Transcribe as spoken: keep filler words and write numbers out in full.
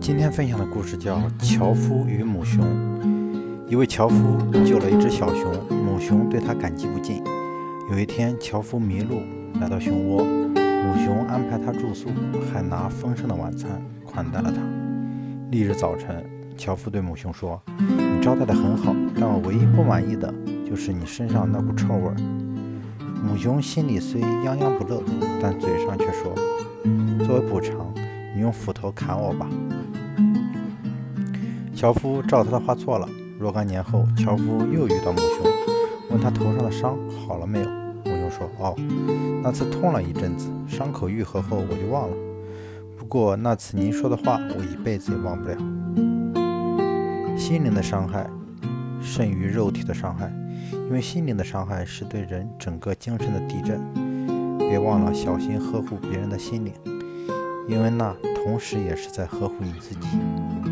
今天分享的故事叫《樵夫与母熊》。一位樵夫救了一只小熊，母熊对他感激不尽。有一天，樵夫迷路，来到熊窝，母熊安排他住宿，还拿丰盛的晚餐款待了他。翌日早晨，樵夫对母熊说：“你招待得很好，但我唯一不满意的就是你身上那股臭味。”母熊心里虽泱泱不乐，但嘴上却说：“作为补偿，你用斧头砍我吧。”樵夫照他的话做了。若干年后，樵夫又遇到母熊，问他头上的伤好了没有。母熊说：“哦，那次痛了一阵子，伤口愈合后我就忘了。不过那次您说的话，我一辈子也忘不了。”心灵的伤害胜于肉体的伤害，因为心灵的伤害是对人整个精神的地震。别忘了小心呵护别人的心灵，因为那同时也是在呵护你自己。